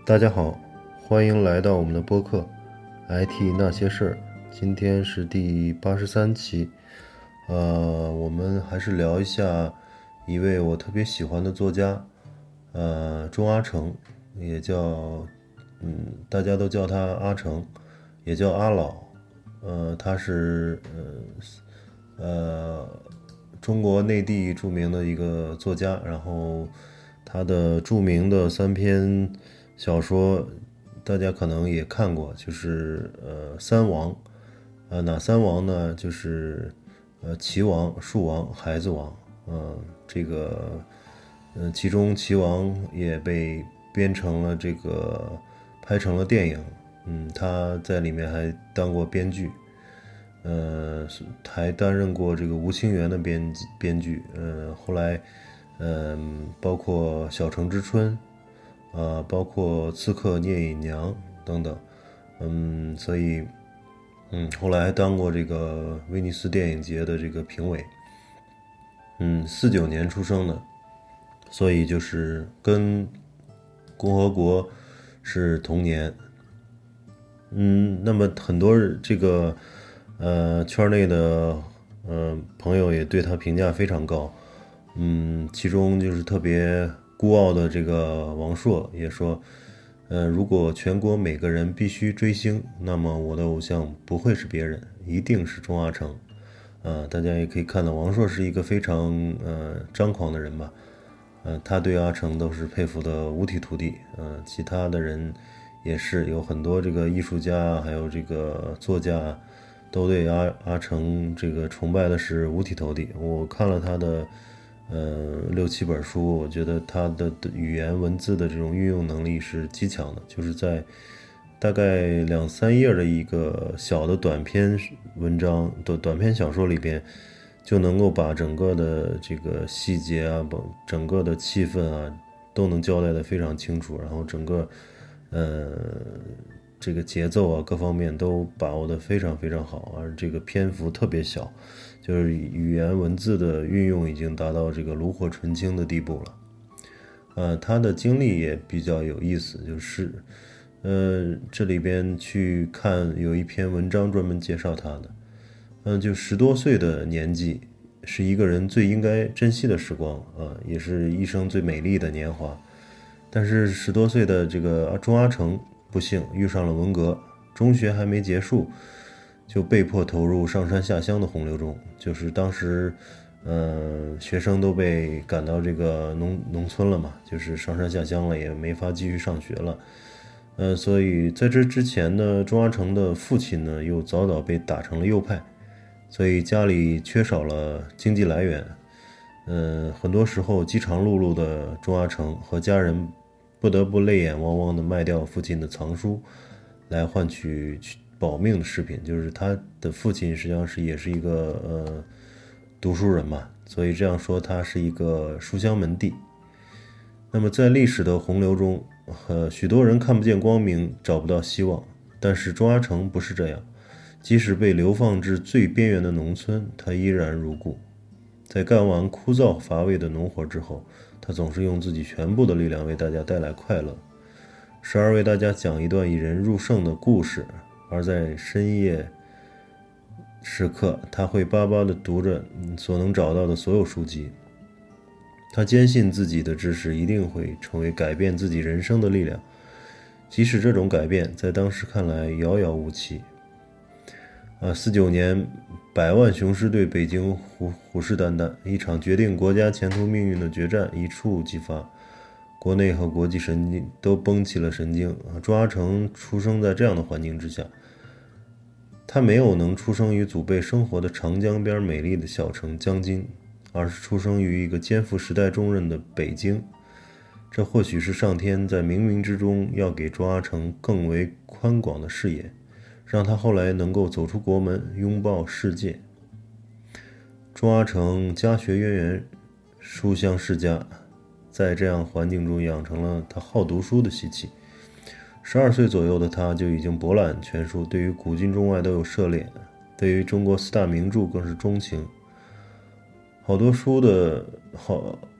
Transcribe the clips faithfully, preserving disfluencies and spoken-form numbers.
大家好，欢迎来到我们的播客 I T 那些事儿。今天是第八十三期，呃，我们还是聊一下一位我特别喜欢的作家，呃，钟阿成，也叫，嗯，大家都叫他阿成，也叫阿老，呃，他是呃呃中国内地著名的一个作家，然后他的著名的三篇小说，大家可能也看过，就是呃三王，呃哪三王呢？就是呃齐王、树王、孩子王，嗯、这个嗯、呃其中齐王也被编成了这个拍成了电影，嗯，他在里面还当过编剧。呃，还担任过这个吴清源的编编剧，呃，后来，嗯、呃，包括《小城之春》，啊、包括《刺客聂隐娘》等等，嗯，所以，嗯，后来还当过这个威尼斯电影节的这个评委，嗯，四九年出生的，所以就是跟共和国是同年，嗯，那么很多这个呃圈内的呃朋友也对他评价非常高，嗯，其中就是特别孤傲的这个王朔也说，呃，如果全国每个人必须追星，那么我的偶像不会是别人，一定是钟阿成。呃，大家也可以看到，王朔是一个非常呃张狂的人吧，呃，他对阿成都是佩服的五体投地，呃，其他的人也是有很多这个艺术家还有这个作家都对阿阿成这个崇拜的是五体投地。我看了他的呃六七本书，我觉得他的语言文字的这种运用能力是极强的，就是在大概两三页的一个小的短篇文章的短篇小说里边，就能够把整个的这个细节啊，把整个的气氛啊，都能交代的非常清楚，然后整个呃这个节奏啊各方面都把握的非常非常好，而这个篇幅特别小，就是语言文字的运用已经达到这个炉火纯青的地步了。呃，他的经历也比较有意思，就是，呃，这里边去看有一篇文章专门介绍他的，嗯、就十多岁的年纪是一个人最应该珍惜的时光啊、也是一生最美丽的年华。但是十多岁的这个钟阿成不幸遇上了文革，中学还没结束，就被迫投入上山下乡的洪流中。就是当时，呃，学生都被赶到这个农农村了嘛，就是上山下乡了，也没法继续上学了。呃，所以在这之前呢，钟阿成的父亲呢又早早被打成了右派，所以家里缺少了经济来源。嗯，很多时候饥肠辘辘的钟阿成和家人不得不泪眼汪汪地卖掉父亲的藏书，来换取保命的饰品。就是他的父亲实际上是也是一个呃读书人嘛，所以这样说他是一个书香门第。那么在历史的洪流中，呃，许多人看不见光明，找不到希望，但是钟阿成不是这样，即使被流放至最边缘的农村，他依然如故。在干完枯燥乏味的农活之后，他总是用自己全部的力量为大家带来快乐，时而为大家讲一段引人入胜的故事，而在深夜时刻，他会巴巴地读着所能找到的所有书籍。他坚信自己的知识一定会成为改变自己人生的力量，即使这种改变在当时看来遥遥无期。啊，四九年，百万雄师对北京虎虎视眈眈，一场决定国家前途命运的决战一触即发，国内和国际神经都绷起了神经。钟阿成出生在这样的环境之下，他没有能出生于祖辈生活的长江边美丽的小城江津，而是出生于一个肩负时代重任的北京。这或许是上天在冥冥之中要给钟阿成更为宽广的视野，让他后来能够走出国门，拥抱世界。钟阿成家学渊源，书香世家，在这样环境中养成了他好读书的习气。十二岁左右的他就已经博览全书，对于古今中外都有涉猎，对于中国四大名著更是钟情。好多书的好，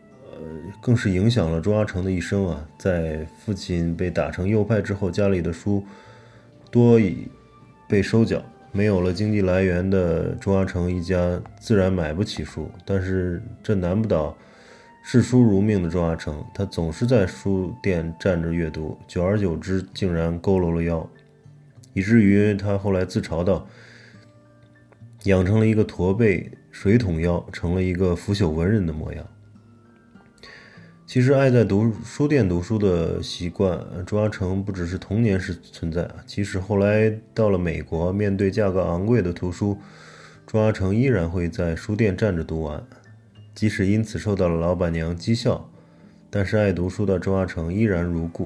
更是影响了周阿成的一生啊。在父亲被打成右派之后，家里的书多已被收缴，没有了经济来源的周阿成一家自然买不起书，但是这难不倒视书如命的周阿成，他总是在书店站着阅读，久而久之竟然佝偻了腰，以至于他后来自嘲道，养成了一个驼背水桶腰，成了一个腐朽文人的模样。其实爱在读书店读书的习惯，周阿成不只是童年时存在，即使后来到了美国，面对价格昂贵的图书，周阿成依然会在书店站着读完。即使因此受到了老板娘讥笑，但是爱读书的周阿成依然如故。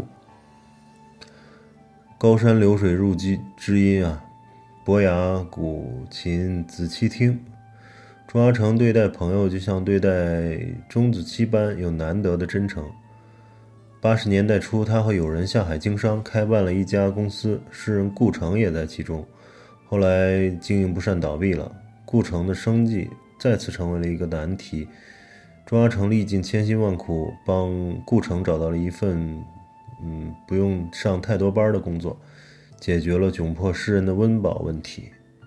高山流水入鸡知音啊，伯牙鼓琴子期听。周阿成对待朋友就像对待钟子期般有难得的真诚。八十年代初，他和友人下海经商，开办了一家公司，诗人顾城也在其中。后来经营不善倒闭了，顾城的生计再次成为了一个难题。周阿成历尽千辛万苦，帮顾城找到了一份嗯不用上太多班的工作，解决了窘迫诗人的温饱问题。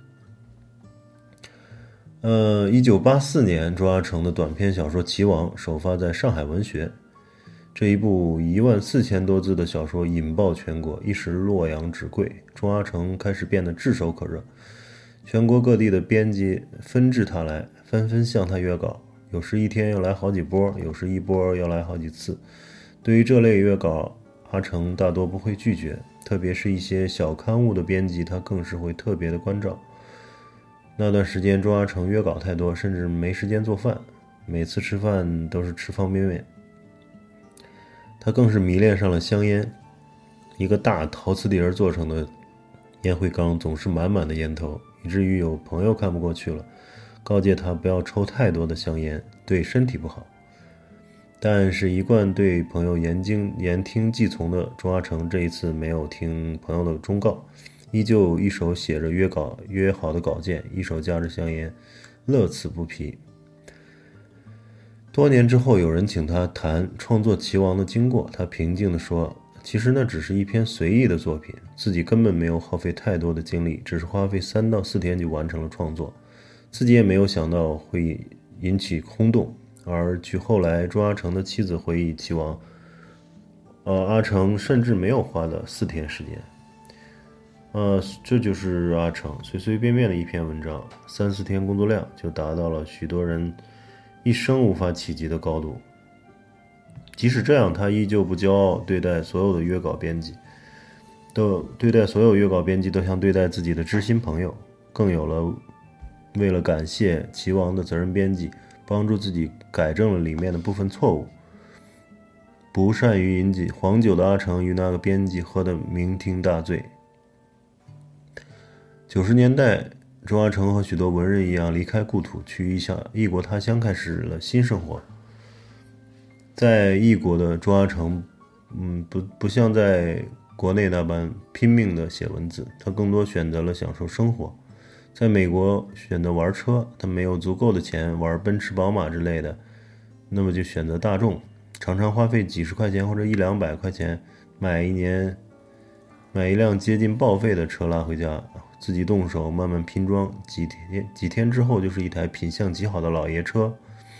呃，一九八四年，周阿成的短篇小说《棋王》首发在上海文学。这一部一万四千多字的小说引爆全国，一时洛阳纸贵，周阿成开始变得炙手可热。全国各地的编辑纷至沓来，纷纷向他约稿，有时一天要来好几波，有时一波要来好几次。对于这类约稿，阿成大多不会拒绝，特别是一些小刊物的编辑，他更是会特别的关照。那段时间，周阿成约稿太多，甚至没时间做饭，每次吃饭都是吃方便面。他更是迷恋上了香烟，一个大陶瓷碟做成的烟灰缸总是满满的烟头，以至于有朋友看不过去了，告诫他不要抽太多的香烟，对身体不好。但是一贯对朋友言经言听计从的周阿成，这一次没有听朋友的忠告，依旧一手写着约稿约好的稿件，一手夹着香烟，乐此不疲。多年之后，有人请他谈创作《棋王》的经过，他平静地说，其实那只是一篇随意的作品，自己根本没有耗费太多的精力，只是花费三到四天就完成了创作，自己也没有想到会引起轰动。而据后来周阿成的妻子回忆，《棋王》呃，阿成甚至没有花了四天时间。呃，这就是阿成随随便便的一篇文章，三四天工作量就达到了许多人一生无法企及的高度。即使这样，他依旧不骄傲，对待所有的约稿编辑都对待所有约稿编辑都像对待自己的知心朋友，更有了为了感谢棋王的责任编辑，帮助自己改正了里面的部分错误。不善于饮酒黄酒的阿成与那个编辑喝得酩酊大醉。九十年代，周阿成和许多文人一样离开故土，去异乡异国他乡，开始了新生活。在异国的周阿成，嗯，不不像在国内那般拼命的写文字，他更多选择了享受生活。在美国选择玩车，他没有足够的钱玩奔驰、宝马之类的，那么就选择大众，常常花费几十块钱或者一两百块钱买一年买一辆接近报废的车拉回家，自己动手慢慢拼装，几天几天之后就是一台品相极好的老爷车。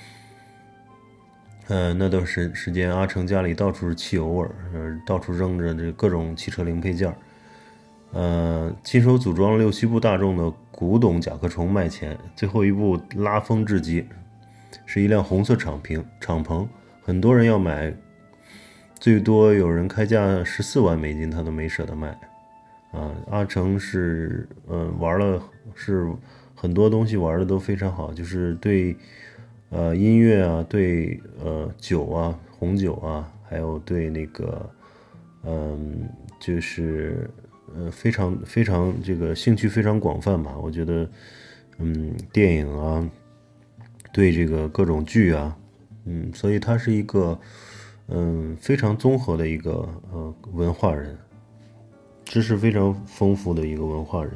呃，那段时时间，阿成家里到处是汽油味儿，呃，到处扔着这各种汽车零配件，呃，亲手组装了六七部大众的古董甲壳虫卖钱。最后一部拉风至极，是一辆红色敞篷，敞篷，很多人要买，最多有人开价十四万美金，他都没舍得卖。啊，阿成是，呃，玩了是很多东西玩的都非常好，就是对。呃，音乐啊，对呃酒啊，红酒啊，还有对那个，嗯，就是呃非常非常这个兴趣非常广泛吧。我觉得，嗯，电影啊，对这个各种剧啊，嗯，所以他是一个嗯非常综合的一个呃文化人，知识非常丰富的一个文化人。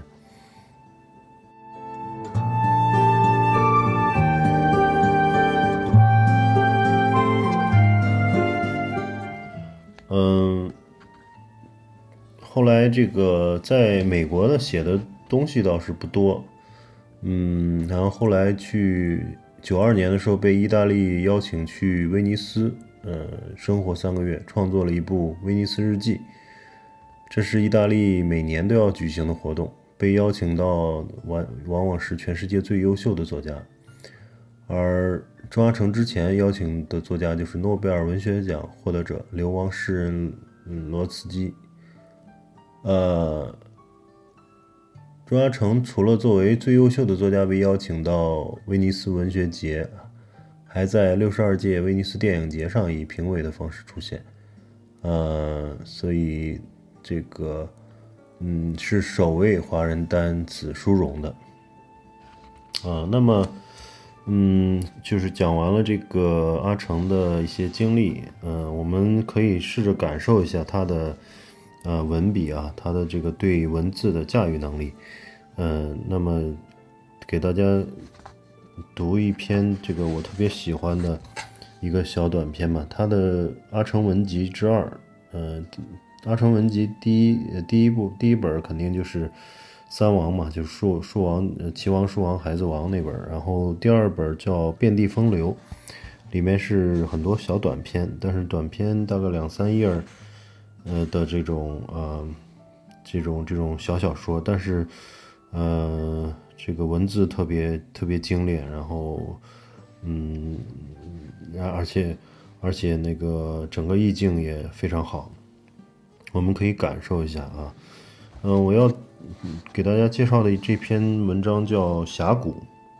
后来这个在美国呢写的东西倒是不多，嗯，然后后来去九二年的时候被意大利邀请去威尼斯，呃，生活三个月，创作了一部《威尼斯日记》。这是意大利每年都要举行的活动，被邀请到往往往是全世界最优秀的作家。而钟阿成之前邀请的作家就是诺贝尔文学奖获得者流亡诗人罗茨基。呃，钟阿成除了作为最优秀的作家被邀请到威尼斯文学节，还在六十二届威尼斯电影节上以评委的方式出现。呃，所以这个嗯是首位华人担此殊荣的。啊，那么嗯，就是讲完了这个阿成的一些经历，嗯、呃，我们可以试着感受一下他的呃文笔啊，他的这个对文字的驾驭能力，嗯、呃，那么给大家读一篇这个我特别喜欢的一个小短篇吧，他的《阿成文集之二》，呃，阿成文集第一第一部第一本肯定就是三王嘛，就是树树王、齐王、树王、孩子王那本，然后第二本叫《遍地风流》，里面是很多小短篇，但是短篇大概两三页，呃的这种呃这种这种小小说，但是呃这个文字特别特别精炼，然后嗯，而且而且那个整个意境也非常好，我们可以感受一下啊。嗯、呃，我要给大家介绍的这篇文章叫《峡谷》。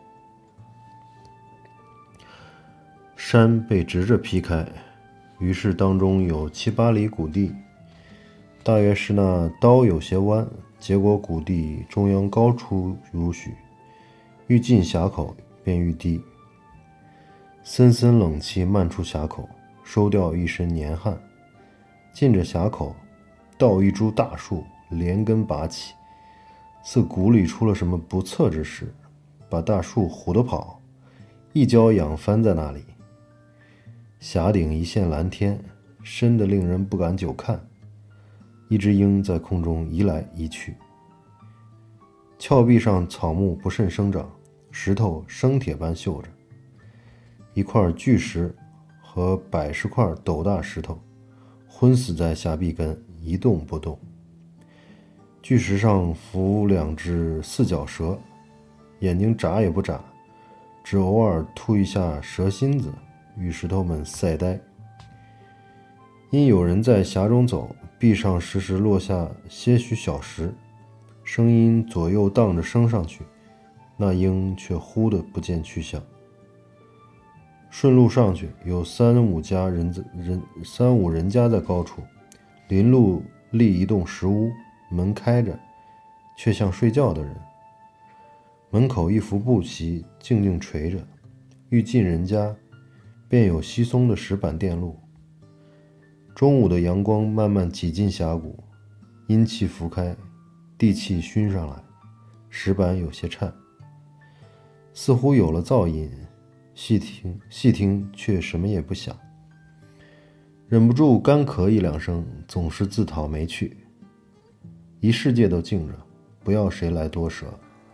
山被直着劈开，于是当中有七八里谷地，大约是那刀有些弯，结果谷地中央高出如许，愈近峡口便愈低。森森冷气漫出峡口，收掉一身年汗。近着峡口，倒一株大树连根拔起，似谷里出了什么不测之事，把大树唬得跑，一跤仰翻在那里。峡顶一线蓝天，深得令人不敢久看。一只鹰在空中移来移去。峭壁上草木不甚生长，石头生铁般锈着。一块巨石和百十块斗大石头昏死在峡壁根，一动不动。巨石上伏两只四脚蛇，眼睛眨也不眨，只偶尔吐一下蛇心子，与石头们赛呆。因有人在峡中走，壁上时时落下些许小石，声音左右荡着升上去，那鹰却忽的不见去向。顺路上去，有三五家人人三五人家在高处，临路立一栋石屋，门开着，却像睡觉的人。门口一幅布席静静垂着，欲进人家，便有稀松的石板垫路。中午的阳光慢慢挤进峡谷，阴气拂开，地气熏上来，石板有些颤，似乎有了噪音，细听细听却什么也不响，忍不住干咳一两声，总是自讨没趣。一世界都静着，不要谁来多舌。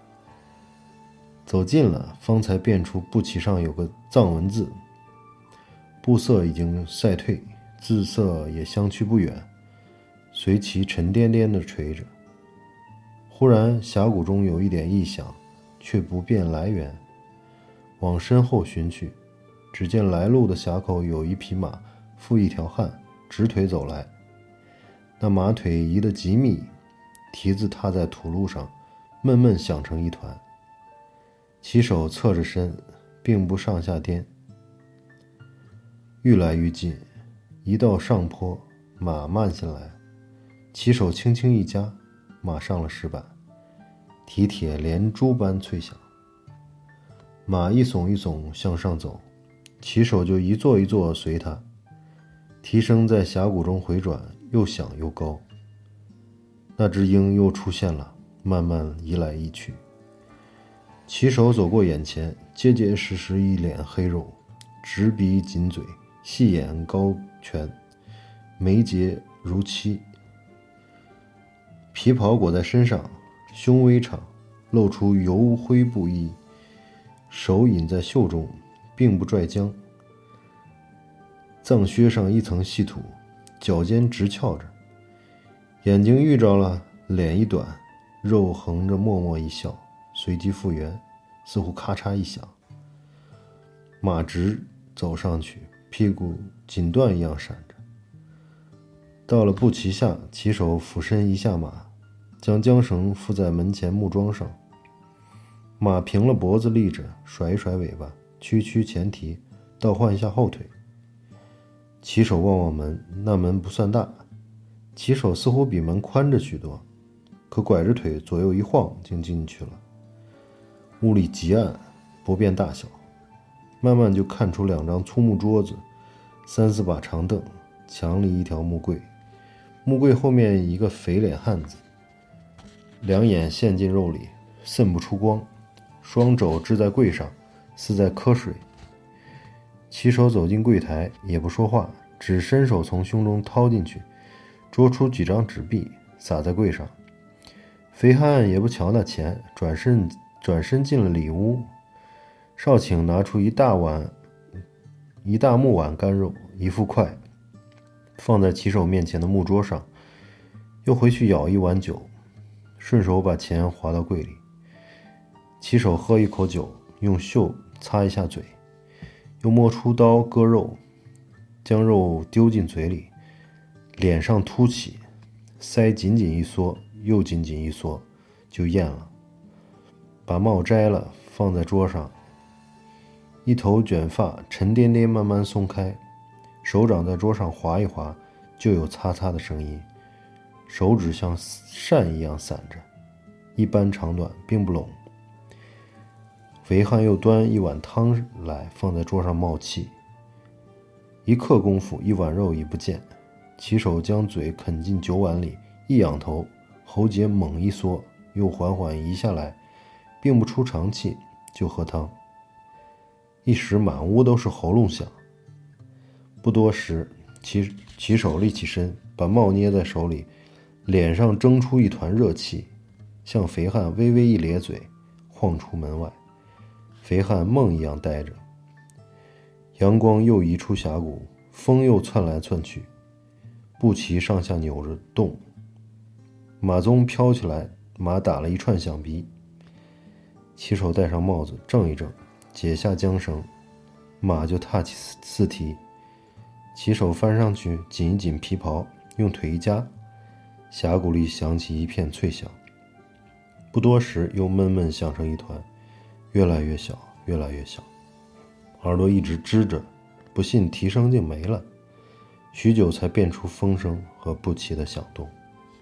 走近了，方才辨出布旗上有个藏文字，布色已经晒退，字色也相去不远，随其沉甸甸地垂着。忽然峡谷中有一点异响，却不辨来源，往身后寻去，只见来路的峡口有一匹马负一条汉，直腿走来。那马腿移得极密，蹄子踏在土路上，闷闷响成一团。骑手侧着身，并不上下颠。愈来愈近，一到上坡，马慢下来，骑手轻轻一夹，马上了石板，蹄铁连珠般脆响。马一耸一耸向上走，骑手就一坐一坐随他，蹄声在峡谷中回转，又响又高。那只鹰又出现了，慢慢移来移去。骑手走过眼前，结结实实一脸黑肉，直鼻紧嘴，细眼高颧，眉睫如漆。 皮袍裹在身上，胸微敞，露出油灰布衣，手隐在袖中，并不拽将。藏靴上一层细土，脚尖直翘着，眼睛遇着了，脸一短，肉横着默默一笑，随即复原，似乎咔嚓一响。马直走上去，屁股锦缎一样闪着。到了步骑下，骑手俯身一下马，将缰绳附在门前木桩上。马平了脖子立着，甩一甩尾巴，屈屈前蹄，倒换一下后腿。骑手望望门，那门不算大，骑手似乎比门宽着许多，可拐着腿左右一晃，竟进去了。屋里极暗，不辨大小，慢慢就看出两张粗木桌子，三四把长凳，墙里一条木柜，木柜后面一个肥脸汉子，两眼陷进肉里，渗不出光，双肘支在柜上，似在瞌睡。骑手走进柜台，也不说话，只伸手从胸中掏进去，捉出几张纸币，撒在柜上。肥汉也不瞧那钱，转身转身进了里屋。少顷拿出一大碗一大木碗干肉，一副筷，放在骑手面前的木桌上，又回去舀一碗酒，顺手把钱划到柜里。骑手喝一口酒，用袖擦一下嘴，又摸出刀割肉，将肉丢进嘴里，脸上凸起，腮紧紧一缩，又紧紧一缩，就咽了。把帽摘了，放在桌上，一头卷发沉甸甸慢慢松开，手掌在桌上划一划，就有擦擦的声音。手指像扇一样散着，一般长短，并不拢。肥汉又端一碗汤来，放在桌上冒气。一刻功夫，一碗肉已不见。骑手将嘴啃进酒碗里，一仰头，喉结猛一缩，又缓缓移下来，并不出长气，就喝汤。一时满屋都是喉咙响。不多时，骑骑手立起身，把帽捏在手里，脸上蒸出一团热气，向肥汉微微一咧嘴，晃出门外。肥汉梦一样呆着。阳光又移出峡谷，风又窜来窜去，步骑上下扭着动，马鬃飘起来，马打了一串响鼻。骑手戴上帽子，正一正，解下缰绳，马就踏起四蹄。骑手翻上去，紧一紧皮袍，用腿一夹，峡谷里响起一片脆响。不多时，又闷闷响成一团，越来越小，越来越小。耳朵一直支着，不信蹄声竟没了。许久才变出风声和步骑的响动。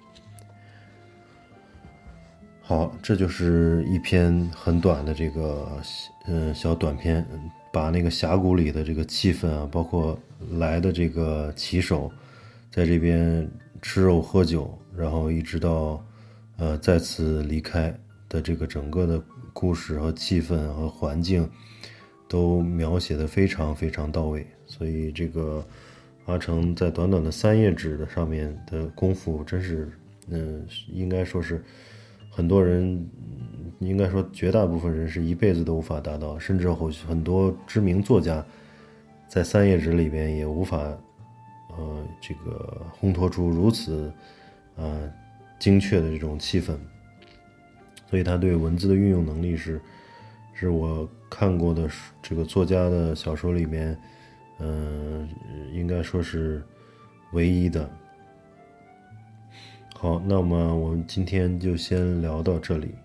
好，这就是一篇很短的这个嗯小短片，把那个峡谷里的这个气氛啊，包括来的这个骑手在这边吃肉喝酒，然后一直到呃再次离开的这个整个的故事和气氛和环境都描写的非常非常到位。所以这个阿成在短短的三页纸的上面的功夫真是嗯、呃，应该说是很多人，应该说绝大部分人是一辈子都无法达到，甚至很多知名作家在三页纸里边也无法呃这个烘托出如此呃精确的这种气氛。所以他对文字的运用能力是是我看过的这个作家的小说里面嗯、呃，应该说是唯一的。好，那么我们今天就先聊到这里。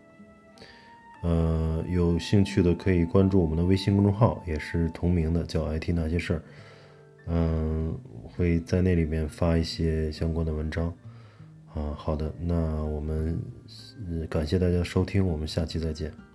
呃，有兴趣的可以关注我们的微信公众号，也是同名的，叫 I T 那些事儿。嗯，会在那里面发一些相关的文章。啊，好的，那我们感谢大家收听，我们下期再见。